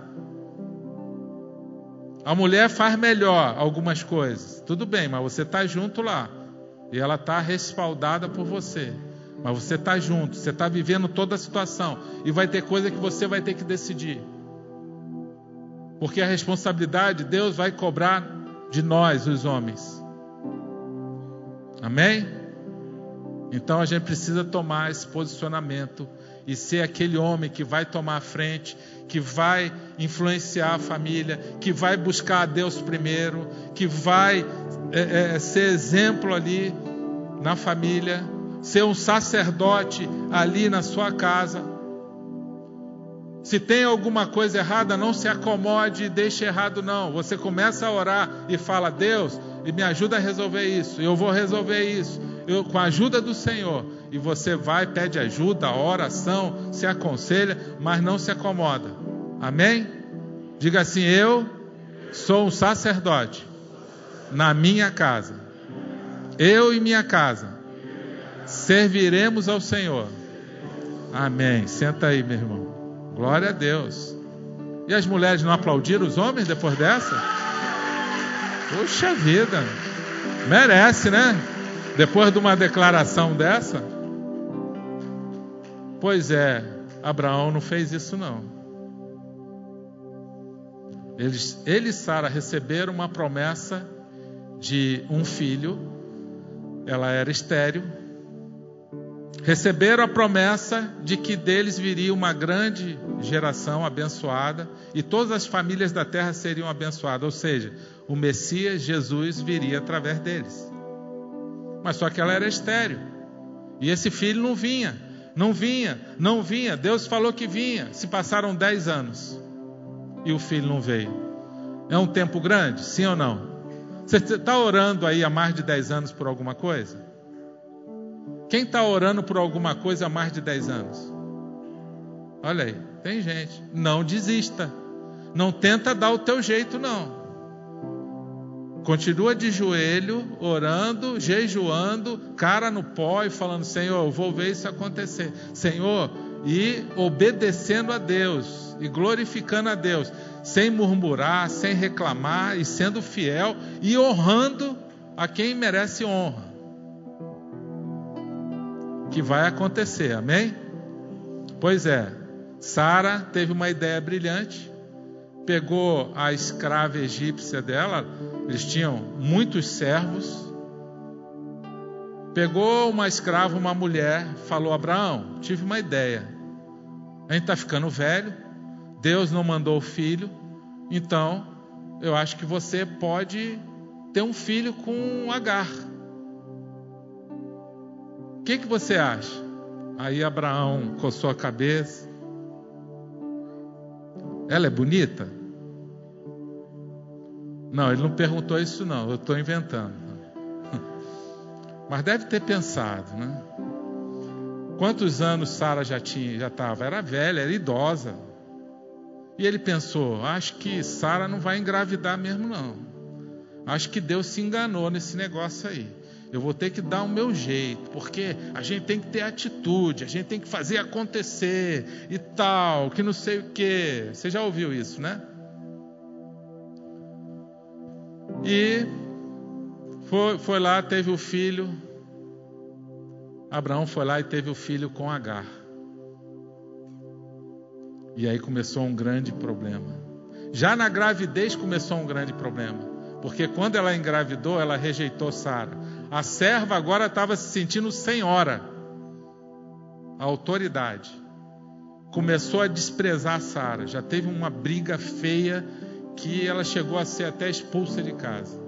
A mulher faz melhor algumas coisas. Tudo bem, mas você está junto lá. E ela está respaldada por você. Mas você está junto, você está vivendo toda a situação. E vai ter coisa que você vai ter que decidir. Porque a responsabilidade Deus vai cobrar de nós, os homens. Amém? Então a gente precisa tomar esse posicionamento e ser aquele homem que vai tomar a frente, que vai influenciar a família, que vai buscar a Deus primeiro, que vai ser exemplo ali na família, ser um sacerdote ali na sua casa. Se tem alguma coisa errada, não se acomode e deixe errado não. Você começa a orar e fala: Deus, me ajuda a resolver isso, eu vou resolver isso, com a ajuda do Senhor. E você vai, pede ajuda, oração, se aconselha, mas não se acomoda. Amém? Diga assim: eu sou um sacerdote na minha casa. Eu e minha casa serviremos ao Senhor. Amém. Senta aí, meu irmão. Glória a Deus. E as mulheres não aplaudiram os homens depois dessa? Puxa vida. Merece, né? Depois de uma declaração dessa. Pois é, Abraão não fez isso não. Ele e Sara receberam uma promessa de um filho. Ela era estéril. Receberam a promessa de que deles viria uma grande geração abençoada e todas as famílias da terra seriam abençoadas. Ou seja, o Messias, Jesus, viria através deles. Mas só que ela era estéril. E esse filho não vinha. Não vinha. Deus falou que vinha. Se passaram 10 anos e o filho não veio. É um tempo grande? Sim ou não? Você está orando aí há mais de 10 anos por alguma coisa? Quem está orando por alguma coisa há mais de 10 anos? Olha aí, tem gente. Não desista. Não tenta dar o teu jeito, não. Continua de joelho, orando, jejuando, cara no pó e falando: Senhor, eu vou ver isso acontecer. Senhor, e obedecendo a Deus e glorificando a Deus, sem murmurar, sem reclamar, e sendo fiel e honrando a quem merece honra. Que vai acontecer, amém? Pois é, Sara teve uma ideia brilhante, pegou a escrava egípcia dela, eles tinham muitos servos, pegou uma escrava, uma mulher, falou: Abraão, tive uma ideia, a gente está ficando velho, Deus não mandou o filho, então eu acho que você pode ter um filho com Agar. O que você acha? Aí Abraão coçou a cabeça. Ela é bonita? Não, ele não perguntou isso não, eu estou inventando. Mas deve ter pensado, né? Quantos anos Sara já estava? Era velha, era idosa. E ele pensou: acho que Sara não vai engravidar mesmo não. Acho que Deus se enganou nesse negócio aí. Eu vou ter que dar o meu jeito, porque a gente tem que ter atitude, a gente tem que fazer acontecer e tal, que não sei o que. Você já ouviu isso, né? E foi lá, teve o filho. Abraão foi lá e teve o filho com Agar. E aí começou um grande problema. Já na gravidez começou um grande problema, porque quando ela engravidou, ela rejeitou Sara. A serva agora estava se sentindo senhora. A autoridade começou a desprezar Sara. Já teve uma briga feia que ela chegou a ser até expulsa de casa.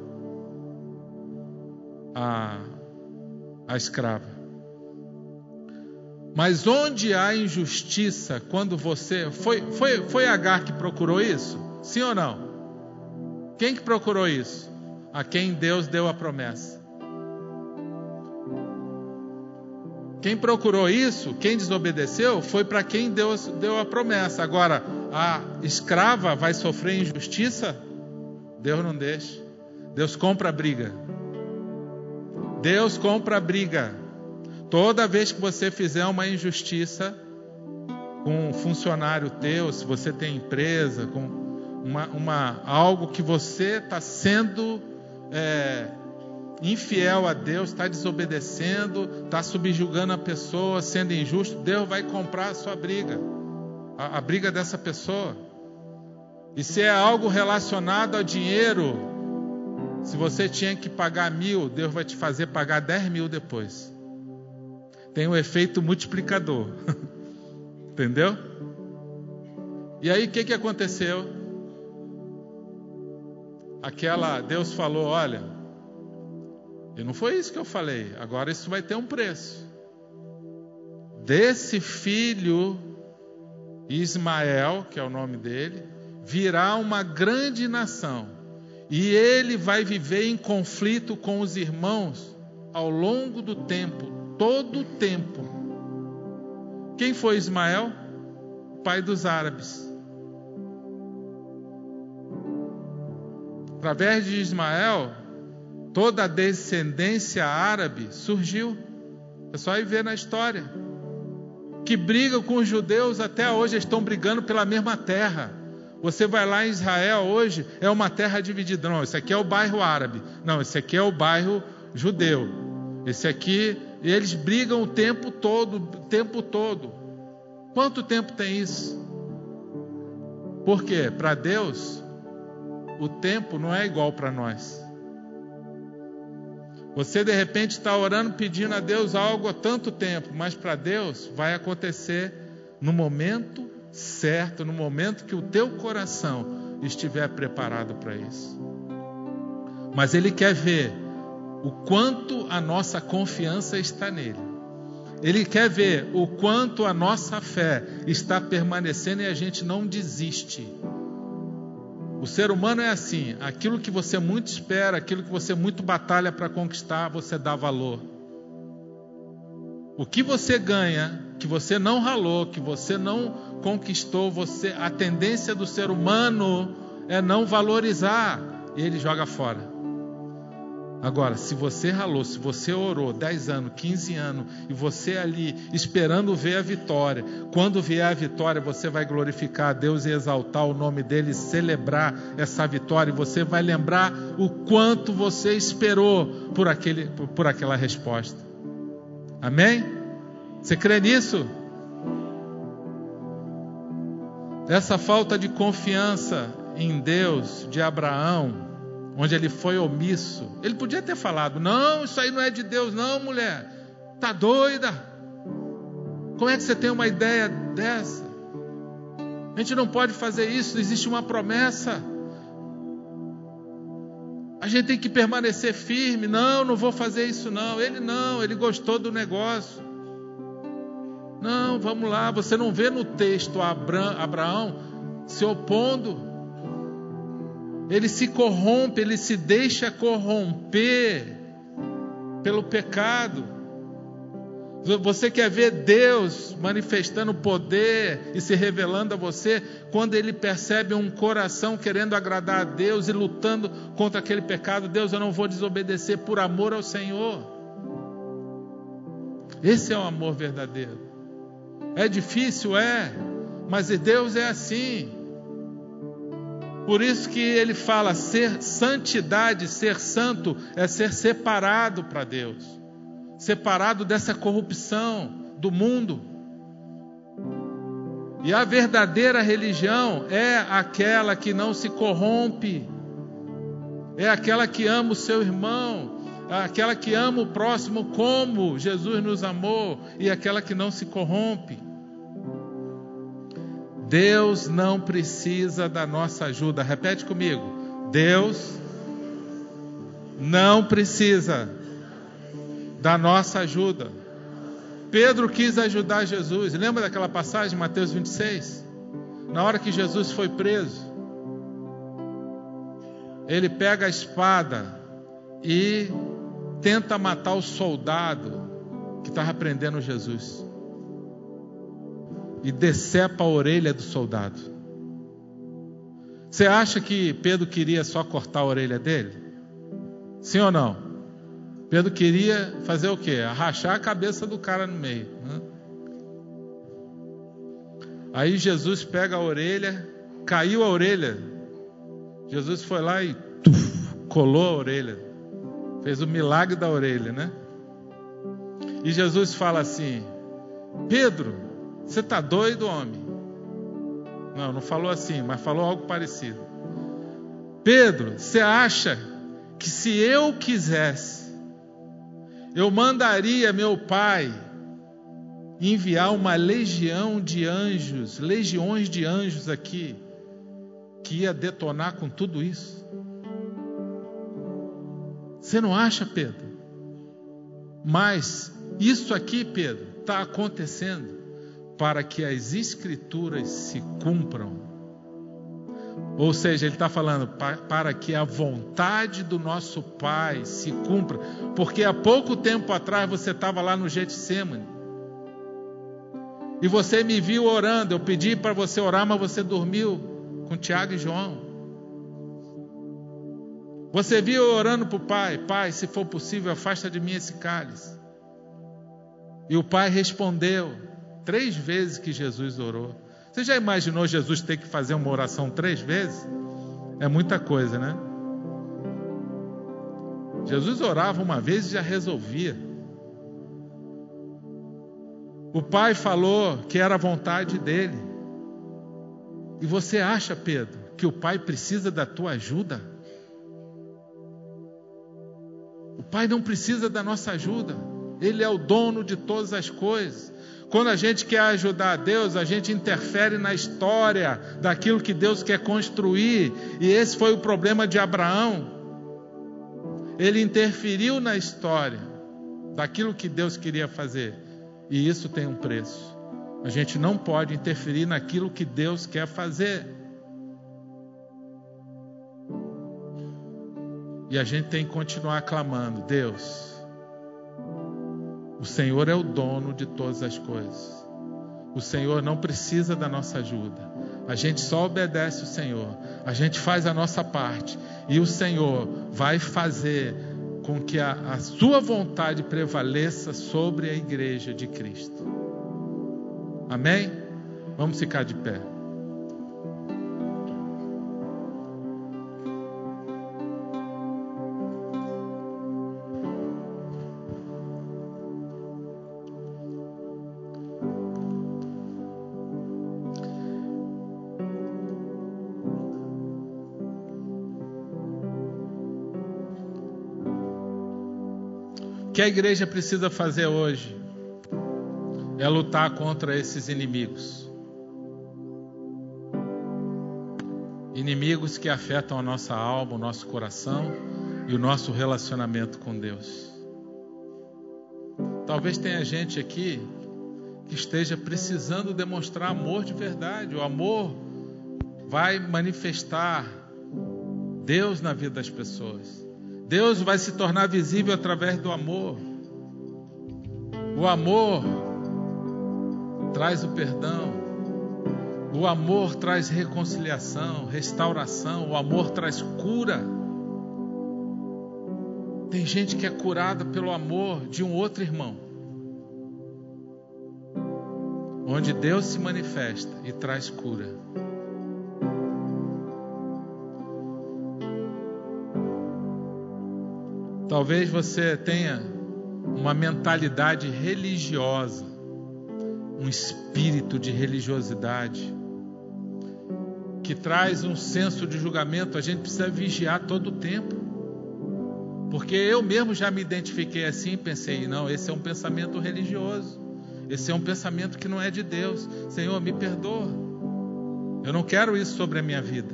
A escrava. Mas onde há injustiça, quando você... Foi Agar que procurou isso? Sim ou não? Quem que procurou isso? A quem Deus deu a promessa. Quem procurou isso, quem desobedeceu, foi para quem Deus deu a promessa. Agora, a escrava vai sofrer injustiça? Deus não deixa. Deus compra a briga. Deus compra a briga. Toda vez que você fizer uma injustiça com um funcionário teu, se você tem empresa, com algo que você está sendo infiel a Deus, está desobedecendo, está subjugando a pessoa, sendo injusto, Deus vai comprar a sua briga, a briga dessa pessoa. E se é algo relacionado a dinheiro, se você tinha que pagar 1.000, Deus vai te fazer pagar 10.000 depois. Tem um efeito multiplicador. Entendeu? E aí o que aconteceu? Deus falou, olha, e não foi isso que eu falei, agora isso vai ter um preço. Desse filho Ismael, que é o nome dele, virá uma grande nação, e ele vai viver em conflito com os irmãos ao longo do tempo, todo o tempo. Quem foi Ismael? Pai dos árabes. Através de Ismael, toda a descendência árabe surgiu. É só ir ver na história. Que brigam com os judeus até hoje, estão brigando pela mesma terra. Você vai lá em Israel hoje, é uma terra dividida. Não, esse aqui é o bairro árabe. Não, esse aqui é o bairro judeu. Esse aqui, eles brigam o tempo todo. Quanto tempo tem isso? Por quê? Para Deus, o tempo não é igual para nós. Você de repente está orando, pedindo a Deus algo há tanto tempo, mas para Deus vai acontecer no momento certo, no momento que o teu coração estiver preparado para isso. Mas Ele quer ver o quanto a nossa confiança está nele. Ele quer ver o quanto a nossa fé está permanecendo e a gente não desiste. O ser humano é assim, aquilo que você muito espera, aquilo que você muito batalha para conquistar, você dá valor. O que você ganha, que você não ralou, que você não conquistou, a tendência do ser humano é não valorizar, e ele joga fora. Agora, se você ralou, se você orou 10 anos, 15 anos, e você ali esperando ver a vitória, quando vier a vitória, você vai glorificar a Deus e exaltar o nome dele, celebrar essa vitória, e você vai lembrar o quanto você esperou por aquela resposta. Amém? Você crê nisso? Essa falta de confiança em Deus de Abraão, onde ele foi omisso, ele podia ter falado, não, isso aí não é de Deus não, mulher, tá doida? Como é que você tem uma ideia dessa? A gente não pode fazer isso, existe uma promessa, a gente tem que permanecer firme. Não vou fazer isso não. Ele gostou do negócio. Não, vamos lá, você não vê no texto Abraão se opondo. Ele se corrompe, ele se deixa corromper pelo pecado. Você quer ver Deus manifestando poder e se revelando a você quando ele percebe um coração querendo agradar a Deus e lutando contra aquele pecado. Deus, eu não vou desobedecer por amor ao Senhor. Esse é o amor verdadeiro. É difícil, mas Deus é assim. Por isso que ele fala, ser santidade, ser santo, é ser separado para Deus. Separado dessa corrupção do mundo. E a verdadeira religião é aquela que não se corrompe. É aquela que ama o seu irmão. É aquela que ama o próximo como Jesus nos amou. E aquela que não se corrompe. Deus não precisa da nossa ajuda. Repete comigo. Deus não precisa da nossa ajuda. Pedro quis ajudar Jesus. Lembra daquela passagem, Mateus 26? Na hora que Jesus foi preso, ele pega a espada e tenta matar o soldado que estava prendendo Jesus. E decepa a orelha do soldado. Você acha que Pedro queria só cortar a orelha dele? Sim ou não? Pedro queria fazer o quê? Arrachar a cabeça do cara no meio, né? Aí Jesus pega a orelha, caiu a orelha. Jesus foi lá e colou a orelha. Fez o milagre da orelha, né? E Jesus fala assim: Pedro, você está doido, homem? Não, não falou assim, mas falou algo parecido. Pedro, você acha que se eu quisesse, eu mandaria meu pai enviar uma legião de anjos, legiões de anjos aqui, que ia detonar com tudo isso? Você não acha, Pedro? Mas isso aqui, Pedro, está acontecendo para que as escrituras se cumpram. Ou seja, ele está falando para que a vontade do nosso Pai se cumpra. Porque há pouco tempo atrás você estava lá no Getsêmani e você me viu orando. Eu pedi para você orar, mas você dormiu com Tiago e João. Você viu orando para o Pai: Pai, se for possível, afasta de mim esse cálice. E o Pai respondeu 3 vezes que Jesus orou. Você já imaginou Jesus ter que fazer uma oração 3 vezes? É muita coisa, né? Jesus orava uma vez e já resolvia. O Pai falou que era a vontade dele. E você acha, Pedro, que o Pai precisa da tua ajuda? O Pai não precisa da nossa ajuda. Ele é o dono de todas as coisas. Quando a gente quer ajudar a Deus, a gente interfere na história daquilo que Deus quer construir. E esse foi o problema de Abraão. Ele interferiu na história daquilo que Deus queria fazer. E isso tem um preço. A gente não pode interferir naquilo que Deus quer fazer. E a gente tem que continuar clamando: Deus, o Senhor é o dono de todas as coisas. O Senhor não precisa da nossa ajuda. A gente só obedece o Senhor. A gente faz a nossa parte. E o Senhor vai fazer com que a sua vontade prevaleça sobre a igreja de Cristo. Amém? Vamos ficar de pé. O que a igreja precisa fazer hoje é lutar contra esses inimigos. Inimigos que afetam a nossa alma, o nosso coração e o nosso relacionamento com Deus. Talvez tenha gente aqui que esteja precisando demonstrar amor de verdade. O amor vai manifestar Deus na vida das pessoas. Deus vai se tornar visível através do amor. O amor traz o perdão. O amor traz reconciliação, restauração. O amor traz cura. Tem gente que é curada pelo amor de um outro irmão. Onde Deus se manifesta e traz cura. Talvez você tenha uma mentalidade religiosa, um espírito de religiosidade, que traz um senso de julgamento. A gente precisa vigiar todo o tempo. Porque eu mesmo já me identifiquei assim e pensei: não, esse é um pensamento religioso. Esse é um pensamento que não é de Deus. Senhor, me perdoa. Eu não quero isso sobre a minha vida.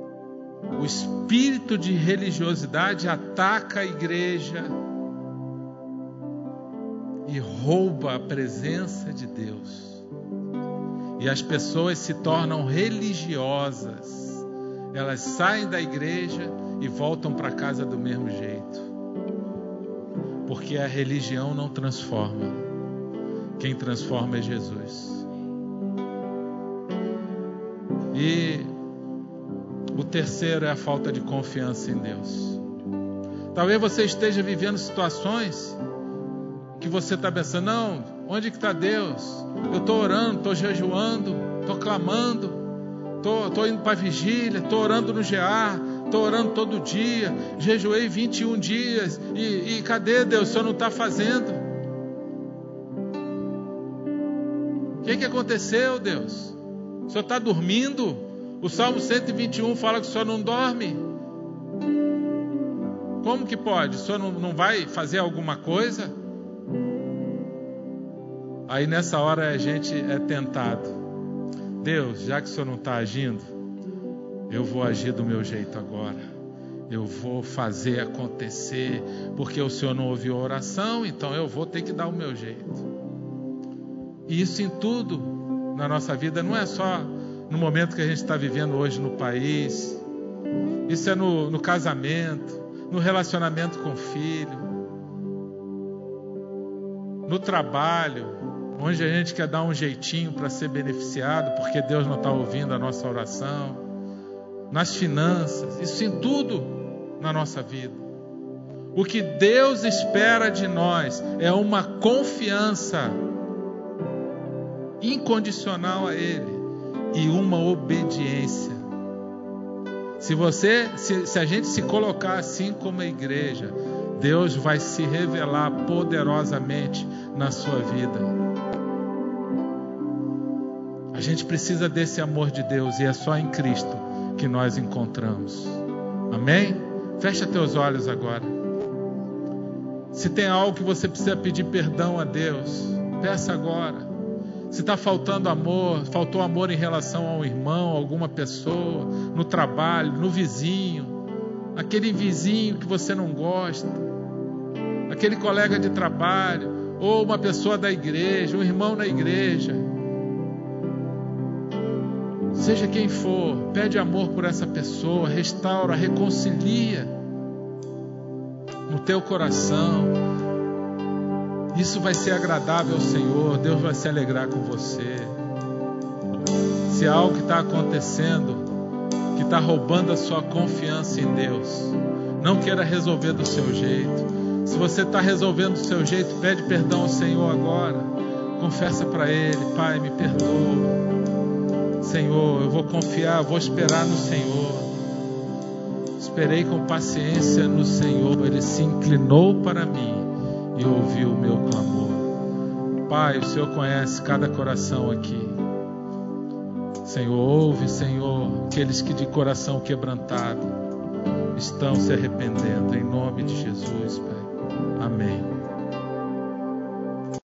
O espírito de religiosidade ataca a igreja e rouba a presença de Deus. E as pessoas se tornam religiosas. Elas saem da igreja e voltam para casa do mesmo jeito. Porque a religião não transforma. Quem transforma é Jesus. E o terceiro é a falta de confiança em Deus. Talvez você esteja vivendo situações que você está pensando, não, onde que está Deus? Eu estou orando, estou jejuando, estou clamando, estou indo para a vigília, estou orando no GA, estou orando todo dia, jejuei 21 dias, e cadê Deus? O Senhor não está fazendo. O que aconteceu, Deus? O Senhor está dormindo? O Salmo 121 fala que o Senhor não dorme. Como que pode? O Senhor não vai fazer alguma coisa? Aí nessa hora a gente é tentado. Deus, já que o Senhor não está agindo, eu vou agir do meu jeito agora. Eu vou fazer acontecer, porque o Senhor não ouviu a oração, então eu vou ter que dar o meu jeito. E isso em tudo na nossa vida, não é só no momento que a gente está vivendo hoje no país. Isso é no casamento, no relacionamento com o filho, no trabalho, onde a gente quer dar um jeitinho para ser beneficiado, porque Deus não está ouvindo a nossa oração, nas finanças, isso em tudo na nossa vida. O que Deus espera de nós é uma confiança incondicional a Ele e uma obediência. Se a gente se colocar assim como a igreja, Deus vai se revelar poderosamente na sua vida. A gente precisa desse amor de Deus, e é só em Cristo que nós encontramos. Amém? Fecha teus olhos agora. Se tem algo que você precisa pedir perdão a Deus, peça agora. Se está faltando amor, faltou amor em relação a um irmão, a alguma pessoa, no trabalho, no vizinho, aquele vizinho que você não gosta, aquele colega de trabalho, ou uma pessoa da igreja, um irmão na igreja, seja quem for, pede amor por essa pessoa, restaura, reconcilia no teu coração. Isso vai ser agradável ao Senhor, Deus vai se alegrar com você. Se há algo que está acontecendo, que está roubando a sua confiança em Deus, não queira resolver do seu jeito. Se você está resolvendo do seu jeito, pede perdão ao Senhor agora. Confessa para Ele: Pai, me perdoa. Senhor, eu vou confiar, vou esperar no Senhor. Esperei com paciência no Senhor, Ele se inclinou para mim e ouviu o meu clamor. Pai, o Senhor conhece cada coração aqui. Senhor, ouve, Senhor, aqueles que de coração quebrantado estão se arrependendo, em nome de Jesus.